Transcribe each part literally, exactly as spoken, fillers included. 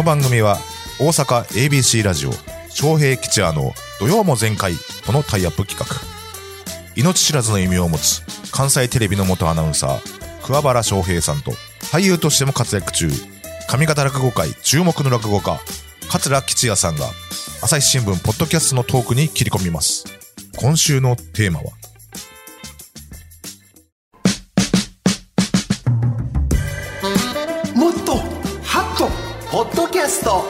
の番組は大阪 エービーシー ラジオ昌平吉也の土曜も全開とのタイアップ企画、命知らずの異名を持つ関西テレビの元アナウンサー桑原昌平さんと、俳優としても活躍中上方落語界注目の落語家桂吉也さんが朝日新聞ポッドキャストのトークに切り込みます。今週のテーマは、 もっとハッとポッドキャスト、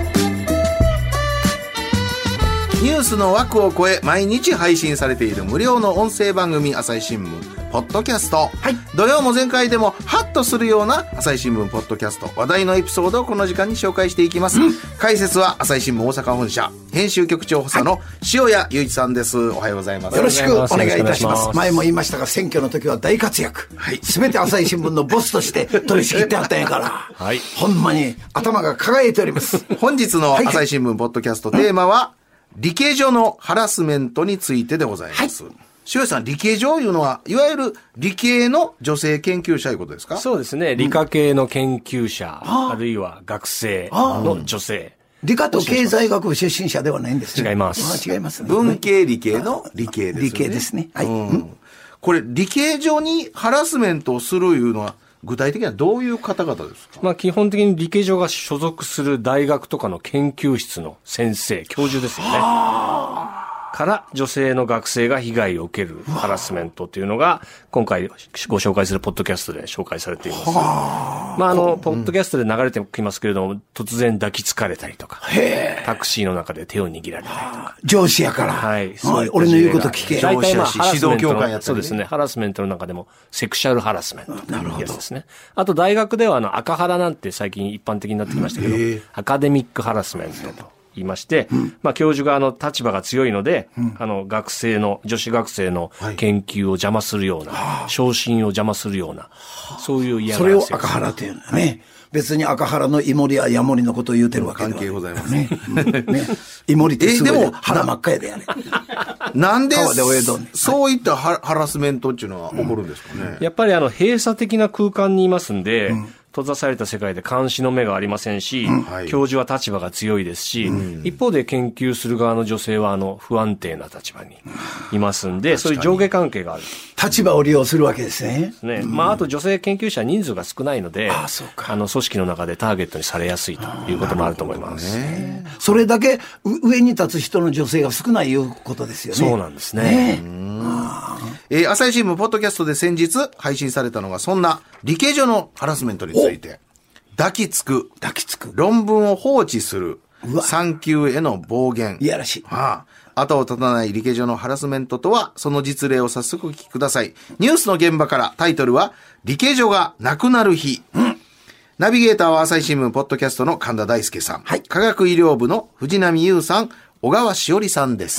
ニュースの枠を超え毎日配信されている無料の音声番組、朝日新聞ポッドキャスト、はい、土曜も全開でもハッとするような朝日新聞ポッドキャスト、話題のエピソードをこの時間に紹介していきます、うん、解説は朝日新聞大阪本社編集局長補佐の塩谷雄一さんです。おはようございます。 よろしくお願いいたします。前も言いましたが、選挙の時は大活躍、はい、全て朝日新聞のボスとして取り仕切ってあったんやから、はい、ほんまに頭が輝いております。 本日の朝日新聞ポッドキャストテーマは、理系所のハラスメントについてでございます、はい。塩谷さん、理系上いうのはいわゆる理系の女性研究者いうことですか？ そうですね、理科系の研究者、うん、あるいは学生の女性、 理科と経済学部出身者ではないんですね。 違います。 違います、ね、 文系理系の理系ですね。 理系ですね、はい、うん、 これ理系上にハラスメントをするいうのは具体的にはどういう方々ですか？ まあ基本的に理系上が所属する大学とかの研究室の先生、教授ですよね。から女性の学生が被害を受けるハラスメントというのが今回ご紹介するポッドキャストで紹介されています。まああのポッドキャストで流れてきますけれども、突然抱きつかれたりとか、タクシーの中で手を握られたりとか、 上司やから、 はい、 そうい俺の言うこと聞け。 大体まあハラスメントの、 ね、 そうですね、ハラスメントの中でもセクシャルハラスメントというやつですね。あと大学ではあの赤ハラなんて最近一般的になってきましたけど、アカデミックハラスメントと言いまして、うん、まあ教授があの立場が強いので、うん、あの学生の女子学生の研究を邪魔するような、はい、昇進を邪魔するような、そういう嫌がらせを。 それを赤原というのはね、別に赤原のイモリやヤモリのことを言うてるわけでは関係ございますね。ね、イモリってすごい、でも腹真っ赤やでやれ。 なんでそういったハラスメントっていうのは起こるんですかね。 うん、やっぱりあの閉鎖的な空間にいますんで。うん、閉ざされた世界で監視の目がありませんし、うんはい、教授は立場が強いですし、うん、一方で研究する側の女性はあの不安定な立場にいますんで、うん、そういう上下関係がある。 立場を利用するわけですね。 ね、うん、まああと女性研究者人数が少ないので、ああ、そうか、あの組織の中でターゲットにされやすいということもあると思います。 ね、それだけ上に立つ人の女性が少ないいうことですよね。 そうなんですね。ね、 えー、朝日新聞ポッドキャストで先日配信されたのが、そんな理系上のハラスメントについて、抱きつく、 抱きつく、 論文を放置する、産休への暴言、 いやらしい、 はあ、後を絶たない理系上のハラスメントとは、その実例を早速お聞きください。ニュースの現場から、タイトルは理系上がなくなる日、うん、ナビゲーターは朝日新聞ポッドキャストの神田大輔さん、はい、科学医療部の藤波優さん、小川しおりさんです。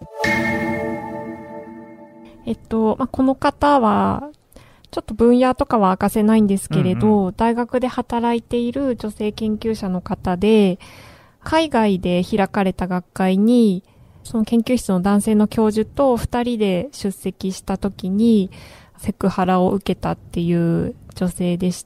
えっと、まあ、この方は、ちょっと分野とかは明かせないんですけれど、うんうん、大学で働いている女性研究者の方で、海外で開かれた学会に、その研究室の男性の教授と二人で出席したときに、セクハラを受けたっていう女性でして、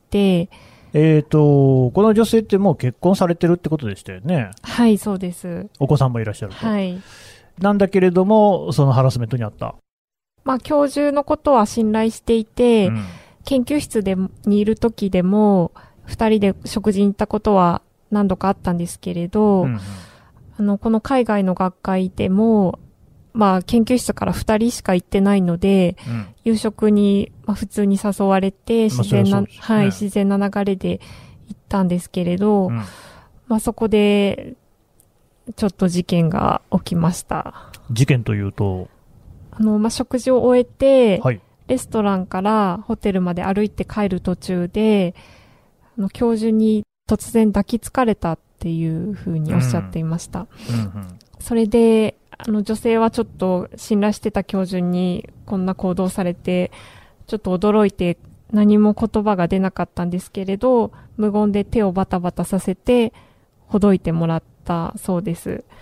えーと、この女性ってもう結婚されてるってことでしたよね。 はい、そうです。 お子さんもいらっしゃると。 はい。 なんだけれども、そのハラスメントにあった。 まあ、教授のことは信頼していて、うん、研究室でにいる時でも、二人で食事に行ったことは何度かあったんですけれど、うんうん、あの、この海外の学会でも、まあ、研究室から二人しか行ってないので、うん、夕食に、まあ、普通に誘われて、自然な、まあね、はい、自然な流れで行ったんですけれど、うん、まあ、そこで、ちょっと事件が起きました。 事件というと、 あの、まあ、食事を終えて、 はい、 レストランからホテルまで歩いて帰る途中で、あの、教授に突然抱きつかれたっていうふうにおっしゃっていました。うんうんうん、それで、あの、女性はちょっと信頼してた教授にこんな行動されて、ちょっと驚いて何も言葉が出なかったんですけれど、無言で手をバタバタさせて、ほどいてもらったそうです。うん、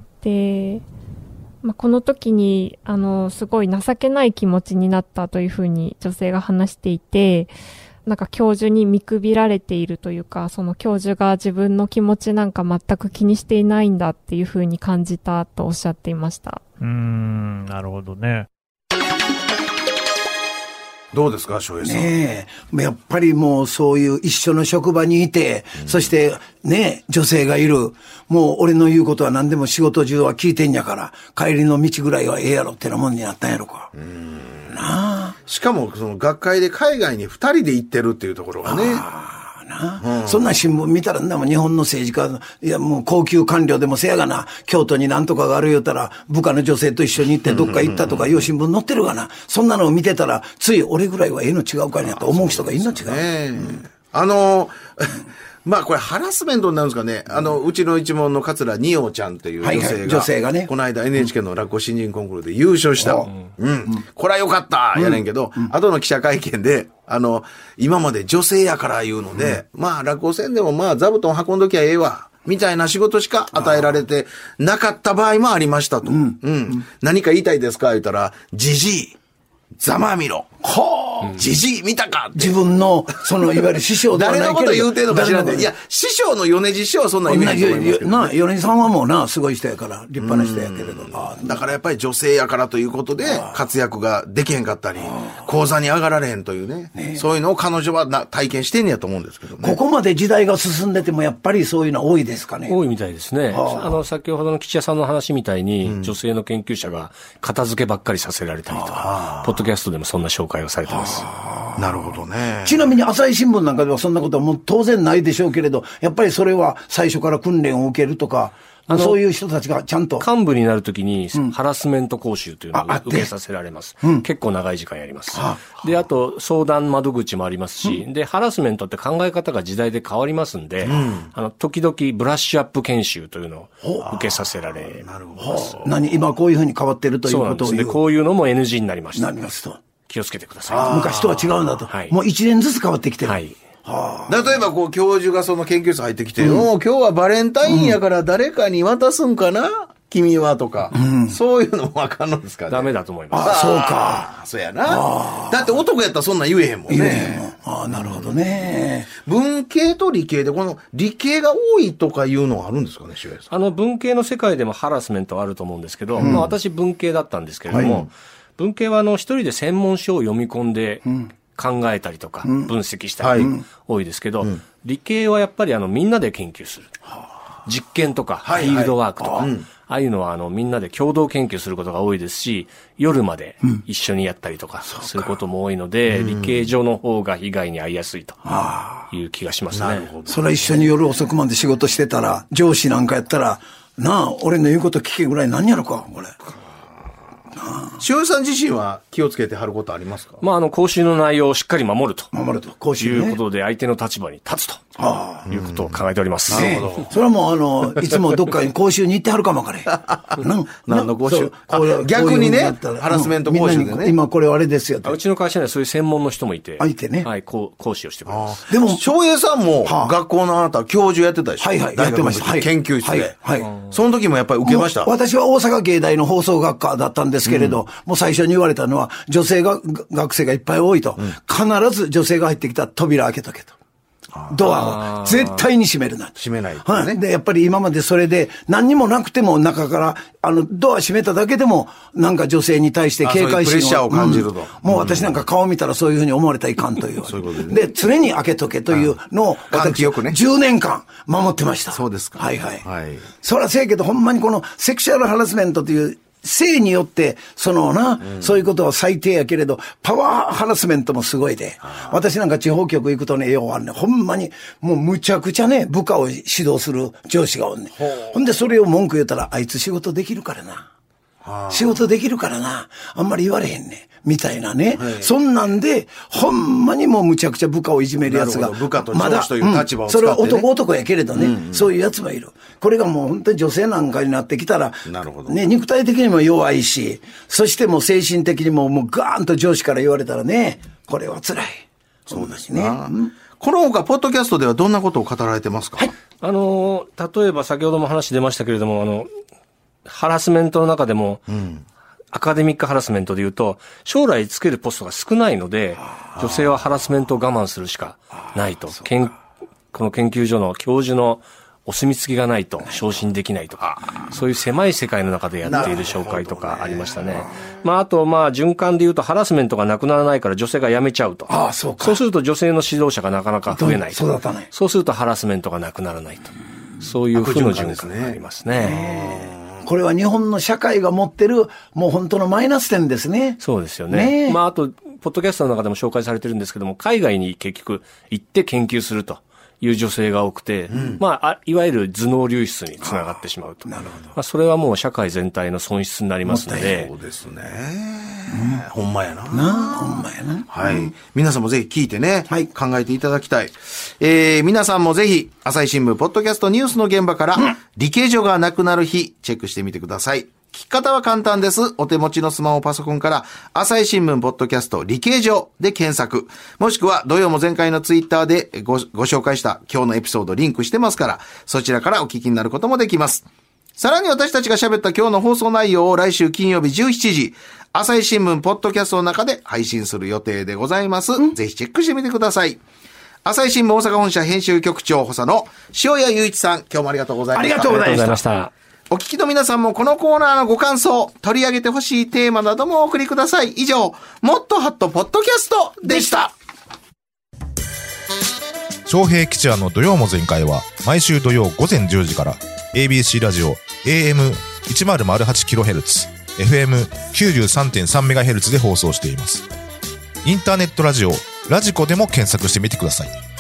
で、まあ、この時に、あの、すごい情けない気持ちになったというふうに女性が話していて、 なんか教授に見くびられているというか、その教授が自分の気持ちなんか全く気にしていないんだっていうふうに感じたとおっしゃっていました。 うーん、なるほどね。 どうですか、翔平さん。 ねえ、やっぱりもうそういう一緒の職場にいて、うん、そしてね、女性がいる。もう俺の言うことは何でも仕事中は聞いてんやから、帰りの道ぐらいはええやろってなもんになったんやろか。うんなあ。 しかもその学会で海外に二人で行ってるっていうところがね。 な、うん、そんな新聞見たらんだもん、日本の政治家、いやもう高級官僚でもせやがな、京都になんとかがある言うたら、部下の女性と一緒に行ってどっか行ったとかいう新聞載ってるがな、そんなのを見てたら、つい俺ぐらいはええの違うかにやと思う人がいるの違う。ねうん、 あの、まあこれハラスメントになるんですかね。あの、うちの一門の桂二葉ちゃんっていう女性が、はいはい、 女性がね、 この間 エヌエイチケー の落語新人コンクールで優勝した。うん。うん、これはよかった、うん、やねんけど、うん、後の記者会見で、あの、今まで女性やから言うので、うん、まあ落語戦でもまあ座布団運んどきゃええわ。みたいな仕事しか与えられてなかった場合もありましたと。うん。うん。何か言いたいですか言ったら、じじい、ざまあみろ。はあ。じじい見たか自分の、その、いわゆる師匠ではないけど。 誰のこと言うてんのか知らんで。いや、師匠の米次師匠はそんなイメージと思いますけど、ね。 な、米次さんはもうな、すごい人やから、立派な人やけれど。 だからやっぱり女性やからということで、活躍ができへんかったり、講座に上がられへんというね。ねそういうのを彼女はな体験してんねやと思うんですけどね。 ここまで時代が進んでても、やっぱりそういうのは多いですかね。 多いみたいですね。あの、先ほどの吉谷さんの話みたいに、うん、女性の研究者が片付けばっかりさせられたりとか、ポッドキャストでもそんな紹介をされてます。 なるほどね。 ちなみに朝日新聞なんかではそんなことはもう当然ないでしょうけれど、やっぱりそれは最初から訓練を受けるとか、あのそういう人たちがちゃんと。 幹部になるときに、ハラスメント講習というのを受けさせられます。うん、結構長い時間やります。はあ、で、あと相談窓口もありますし、うん、で、ハラスメントって考え方が時代で変わりますんで、うん、あの、時々ブラッシュアップ研修というのを受けさせられます。 何今こういうふうに変わってるということを言う。 そうなんですね。こういうのも エヌジー になりました。 なりますと。 気をつけてください。 昔とは違うんだと。はい、もう一年ずつ変わってきてる。はい。 はあ、例えばこう教授がその研究室入ってきて、うん、お今日はバレンタインやから誰かに渡すんかな、うん、君はとか、うん、そういうのもわかんのですかね。 ダメだと思います。 ああ、そうか。 そうやな。だって男やったらそんなん言えへんもんね。言えへんもん。 ああ、なるほどね。 文系と理系でこの理系が多いとかいうのはあるんですかね、塩谷さん。 あの文系の世界でもハラスメントはあると思うんですけど、うん、まあ私文系だったんですけれども、はい、文系はあの一人で専門書を読み込んで、うん考えたりとか分析したり多いですけど、うんはい、理系はやっぱりあのみんなで研究する、うん、実験とかフィールドワークとか、はいはい、ああいうのはあのみんなで共同研究することが多いですし、夜まで一緒にやったりとかすることも多いので、うん、理系上の方が被害に遭いやすいという気がしますね。なるほど。 それは一緒に夜遅くまで仕事してたら、上司なんかやったらなあ俺の言うこと聞けぐらい何やろかこれ。 塩谷さん自身は気をつけてはることありますか？ まあ、あの、講習の内容をしっかり守ると。 守ると。講習、 ね。いうことで、相手の立場に立つと。はあ、いうことを考えております。 なるほど。それはもう、あの、いつもどっかに講習に行ってはるかもわかれ。 何の講習？逆にね、ハラスメント講習でね。 今これあれですよ。 うちの会社にはそういう専門の人もいて。 あ、いてね。 はい、講師をしてくれます。 でも、翔平さんも、学校のあなた、教授やってたでしょ？ はいはい、やってました。 研究室で。はい。その時もやっぱり受けました？ 私は大阪芸大の放送学科だったんですけれど、もう最初に言われたのは、女性が、学生がいっぱい多いと、必ず女性が入ってきたら扉開けとけと。ドアを絶対に閉めるな。 閉めない、ね。 はい。で、やっぱり今までそれで何にもなくても中から、あの、ドア閉めただけでも、なんか女性に対して警戒心を。 プレッシャーを感じると、うん。 もう私なんか顔見たらそういうふうに思われたらいかんという。そういうことで、ね。で、常に開けとけというのを、 私、よくね、 じゅうねんかん守ってました。 そうですか。 はいはい。はい。そらせやけど、ほんまにこのセクシュアルハラスメントという、性によって、そのな、うん、そういうことは最低やけれど、パワーハラスメントもすごいで、私なんか地方局行くとね、ようあんね、ほんまに、もうむちゃくちゃね、部下を指導する上司がおんねん。ほんでそれを文句言ったら、あいつ仕事できるからな。仕事できるからな。あんまり言われへんね。みたいなね。はい、そんなんで、ほんまにもうむちゃくちゃ部下をいじめるやつが。 部下と上司という立場を使って、ね、うん、 それは男男やけれどね、うんうん。そういうやつもいる。これがもう本当に女性なんかになってきたら、なるほど。ね、肉体的にも弱いし、そしてもう精神的にももうガーンと上司から言われたらね、これは辛い。 そうですね。うん、この他、ポッドキャストではどんなことを語られてますか？はい。 あの、例えば先ほども話出ましたけれども、あの、ハラスメントの中でも、うん、 アカデミックハラスメントで言うと、将来つけるポストが少ないので、女性はハラスメントを我慢するしかないと。研この研究所の教授のお墨付きがないと昇進できないとか、そういう狭い世界の中でやっている紹介とかありましたね。まあ、あと、まあ、循環で言うとハラスメントがなくならないから女性が辞めちゃうと。 ああ、そうか。 そうすると女性の指導者がなかなか増えないと。 育たない。 そうするとハラスメントがなくならないと。そういう負の循環がありますね。 これは日本の社会が持ってる、もう本当のマイナス点ですね。 そうですよね。 ねまあ、あと、ポッドキャストの中でも紹介されてるんですけども、海外に結局行って研究するという女性が多くて、うん、まあ、いわゆる頭脳流出につながってしまうと。なるほど。まあ、それはもう社会全体の損失になりますので。 そうですね。うん、ほんまやな。 なほんまやな。 はい。皆さんもぜひ聞いてね、 はい、 考えていただきたい。えー、皆さんもぜひ、朝日新聞ポッドキャストニュースの現場から、うん、理系女がなくなる日、チェックしてみてください。聞き方は簡単です。お手持ちのスマホパソコンから、朝日新聞ポッドキャスト理系女で検索。もしくは、土曜も前回のツイッターでご、ご紹介した今日のエピソードリンクしてますから、そちらからお聞きになることもできます。さらに私たちが喋った今日の放送内容を来週金曜日じゅうしちじ、朝日新聞ポッドキャストの中で配信する予定でございます。うん、ぜひチェックしてみてください。朝日新聞大阪本社編集局長補佐の塩谷雄一さん、今日もありがとうございました。 ありがとうございました。 お聞きの皆さんもこのコーナーのご感想、取り上げてほしいテーマなどもお送りください。以上、もっとハットポッドキャストでした。 昌平吉弥の土曜も全開は毎週土曜午前じゅうじから エービーシー ラジオ エーエムせんはちキロヘルツ、エフエムきゅうじゅうさんてんさんメガヘルツ で放送しています。インターネットラジオラジコでも検索してみてください。